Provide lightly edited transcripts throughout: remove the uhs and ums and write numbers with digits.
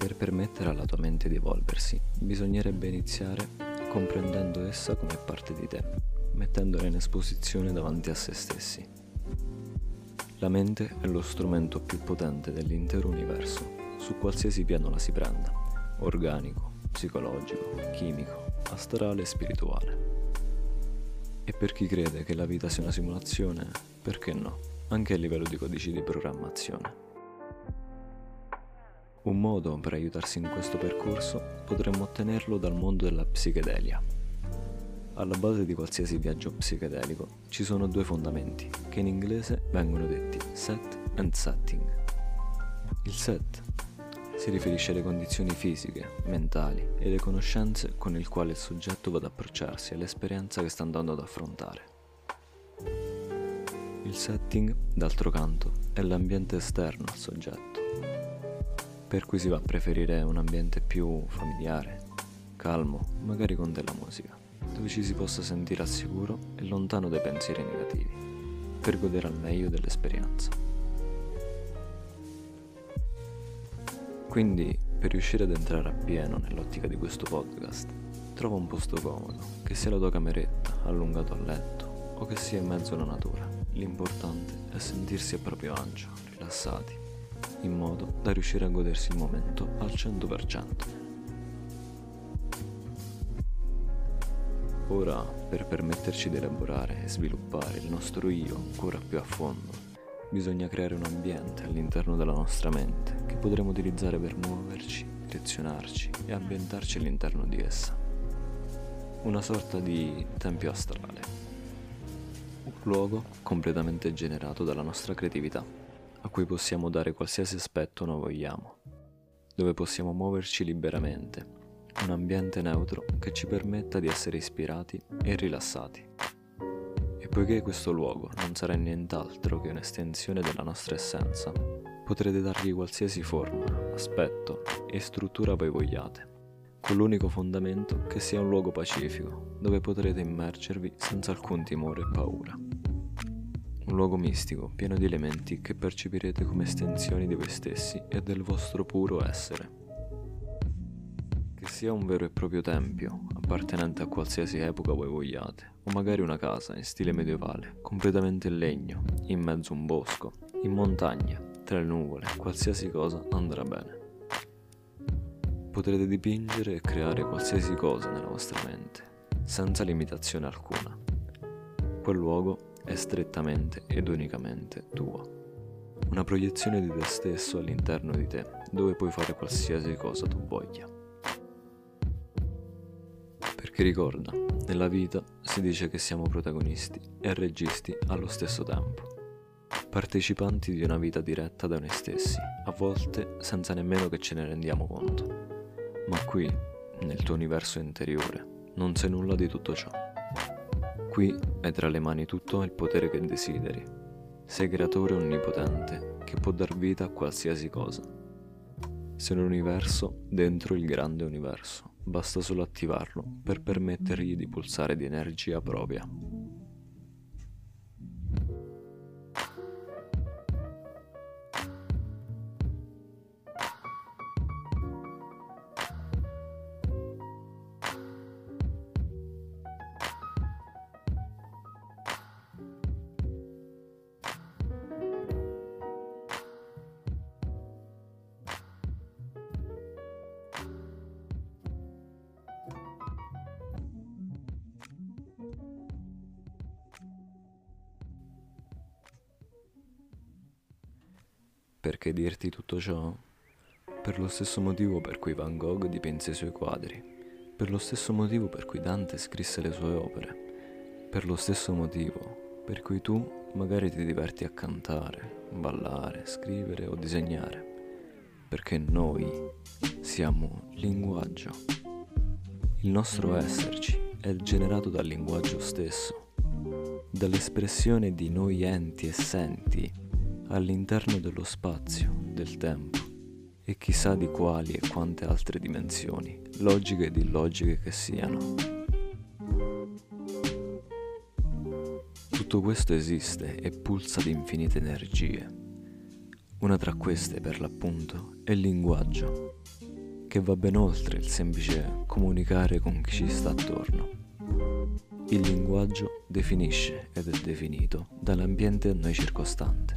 Per permettere alla tua mente di evolversi, bisognerebbe iniziare comprendendo essa come parte di te, mettendola in esposizione davanti a se stessi. La mente è lo strumento più potente dell'intero universo, su qualsiasi piano la si prenda, organico, psicologico, chimico, astrale e spirituale. E per chi crede che la vita sia una simulazione, perché no, anche a livello di codici di programmazione. Un modo per aiutarsi in questo percorso potremmo ottenerlo dal mondo della psichedelia. Alla base di qualsiasi viaggio psichedelico ci sono due fondamenti, che in inglese vengono detti set and setting. Il set si riferisce alle condizioni fisiche, mentali e le conoscenze con il quale il soggetto va ad approcciarsi all'esperienza che sta andando ad affrontare. Il setting, d'altro canto, è l'ambiente esterno al soggetto, per cui si va a preferire un ambiente più familiare, calmo, magari con della musica, dove ci si possa sentire al sicuro e lontano dai pensieri negativi, per godere al meglio dell'esperienza. Quindi, per riuscire ad entrare appieno nell'ottica di questo podcast, trova un posto comodo, che sia la tua cameretta, allungato a letto, o che sia in mezzo alla natura. L'importante è sentirsi a proprio agio, rilassati, in modo da riuscire a godersi il momento al 100%. Ora, per permetterci di elaborare e sviluppare il nostro io ancora più a fondo, bisogna creare un ambiente all'interno della nostra mente che potremo utilizzare per muoverci, direzionarci e ambientarci all'interno di essa. Una sorta di tempio astrale. Un luogo completamente generato dalla nostra creatività, a cui possiamo dare qualsiasi aspetto noi vogliamo, dove possiamo muoverci liberamente, un ambiente neutro che ci permetta di essere ispirati e rilassati. E poiché questo luogo non sarà nient'altro che un'estensione della nostra essenza, potrete dargli qualsiasi forma, aspetto e struttura voi vogliate, con l'unico fondamento che sia un luogo pacifico, dove potrete immergervi senza alcun timore e paura. Un luogo mistico, pieno di elementi che percepirete come estensioni di voi stessi e del vostro puro essere. Che sia un vero e proprio tempio, appartenente a qualsiasi epoca voi vogliate, o magari una casa in stile medievale, completamente in legno, in mezzo a un bosco, in montagna, tra le nuvole, qualsiasi cosa andrà bene. Potrete dipingere e creare qualsiasi cosa nella vostra mente, senza limitazione alcuna. Quel luogo è strettamente ed unicamente tuo. Una proiezione di te stesso all'interno di te, dove puoi fare qualsiasi cosa tu voglia. Perché ricorda, nella vita si dice che siamo protagonisti e registi allo stesso tempo, partecipanti di una vita diretta da noi stessi, a volte senza nemmeno che ce ne rendiamo conto. Ma qui, nel tuo universo interiore, non sei nulla di tutto ciò. Qui hai tra le mani tutto il potere che desideri. Sei creatore onnipotente che può dar vita a qualsiasi cosa. Sei un universo dentro il grande universo. Basta solo attivarlo per permettergli di pulsare di energia propria. Perché dirti tutto ciò? Per lo stesso motivo per cui Van Gogh dipinse i suoi quadri, per lo stesso motivo per cui Dante scrisse le sue opere, per lo stesso motivo per cui tu magari ti diverti a cantare, ballare, scrivere o disegnare, perché noi siamo linguaggio. Il nostro esserci è generato dal linguaggio stesso, dall'espressione di noi enti essenti all'interno dello spazio, del tempo e chissà di quali e quante altre dimensioni, logiche ed illogiche che siano. Tutto questo esiste e pulsa di infinite energie. Una tra queste, per l'appunto, è il linguaggio. che va ben oltre il semplice comunicare con chi ci sta attorno. Il linguaggio definisce ed è definito dall'ambiente a noi circostante.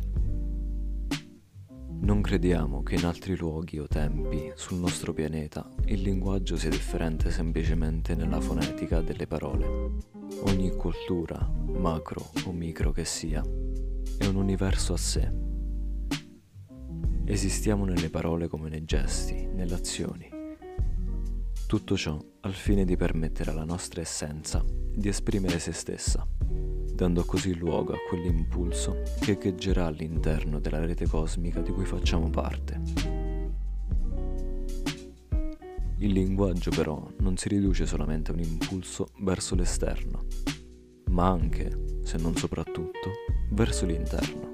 Non crediamo che in altri luoghi o tempi sul nostro pianeta il linguaggio sia differente semplicemente nella fonetica delle parole. Ogni cultura, macro o micro che sia, è un universo a sé. Esistiamo nelle parole come nei gesti, nelle azioni. Tutto ciò al fine di permettere alla nostra essenza di esprimere se stessa, dando così luogo a quell'impulso che echeggerà all'interno della rete cosmica di cui facciamo parte. Il linguaggio però non si riduce solamente a un impulso verso l'esterno, ma anche, se non soprattutto, verso l'interno.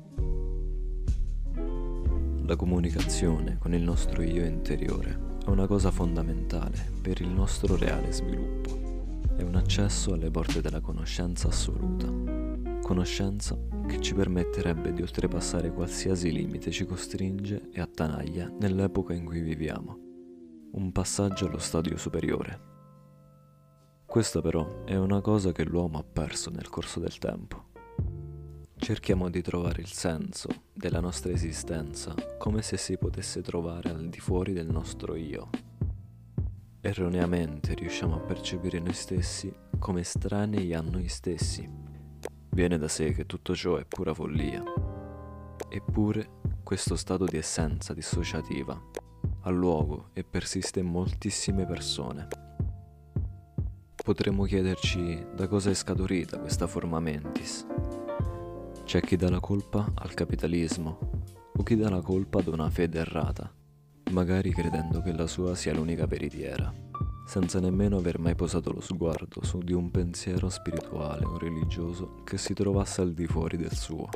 La comunicazione con il nostro io interiore è una cosa fondamentale per il nostro reale sviluppo. È un accesso alle porte della conoscenza assoluta. Conoscenza che ci permetterebbe di oltrepassare qualsiasi limite ci costringe e attanaglia nell'epoca in cui viviamo. Un passaggio allo stadio superiore. Questa però è una cosa che l'uomo ha perso nel corso del tempo. Cerchiamo di trovare il senso della nostra esistenza come se si potesse trovare al di fuori del nostro io. Erroneamente riusciamo a percepire noi stessi come estranei a noi stessi. Viene da sé che tutto ciò è pura follia. Eppure questo stato di essenza dissociativa ha luogo e persiste in moltissime persone. Potremmo chiederci da cosa è scaturita questa forma mentis. C'è chi dà la colpa al capitalismo o chi dà la colpa ad una fede errata, magari credendo che la sua sia l'unica veritiera, senza nemmeno aver mai posato lo sguardo su di un pensiero spirituale o religioso che si trovasse al di fuori del suo.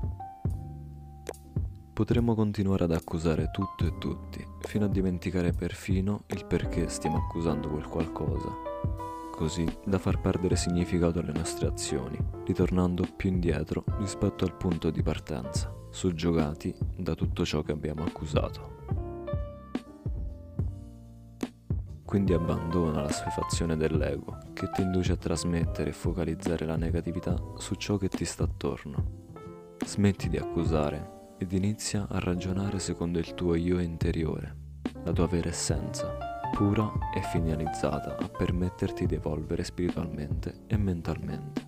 Potremmo continuare ad accusare tutto e tutti, fino a dimenticare perfino il perché stiamo accusando quel qualcosa, così da far perdere significato alle nostre azioni, ritornando più indietro rispetto al punto di partenza, soggiogati da tutto ciò che abbiamo accusato. Quindi abbandona l'assuefazione dell'ego che ti induce a trasmettere e focalizzare la negatività su ciò che ti sta attorno. Smetti di accusare ed inizia a ragionare secondo il tuo io interiore, la tua vera essenza, pura e finalizzata a permetterti di evolvere spiritualmente e mentalmente.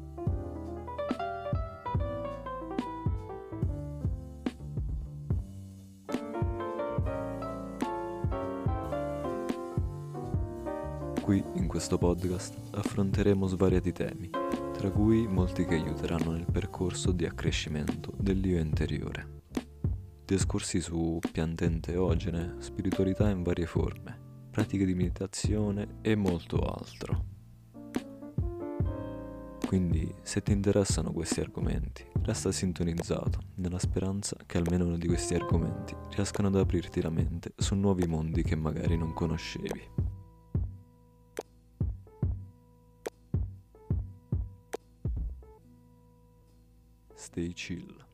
Qui, in questo podcast, affronteremo svariati temi, tra cui molti che aiuteranno nel percorso di accrescimento dell'io interiore. Discorsi su piante enteogene, spiritualità in varie forme, pratiche di meditazione e molto altro. Quindi, se ti interessano questi argomenti, resta sintonizzato, nella speranza che almeno uno di questi argomenti riescano ad aprirti la mente su nuovi mondi che magari non conoscevi. Stay chill.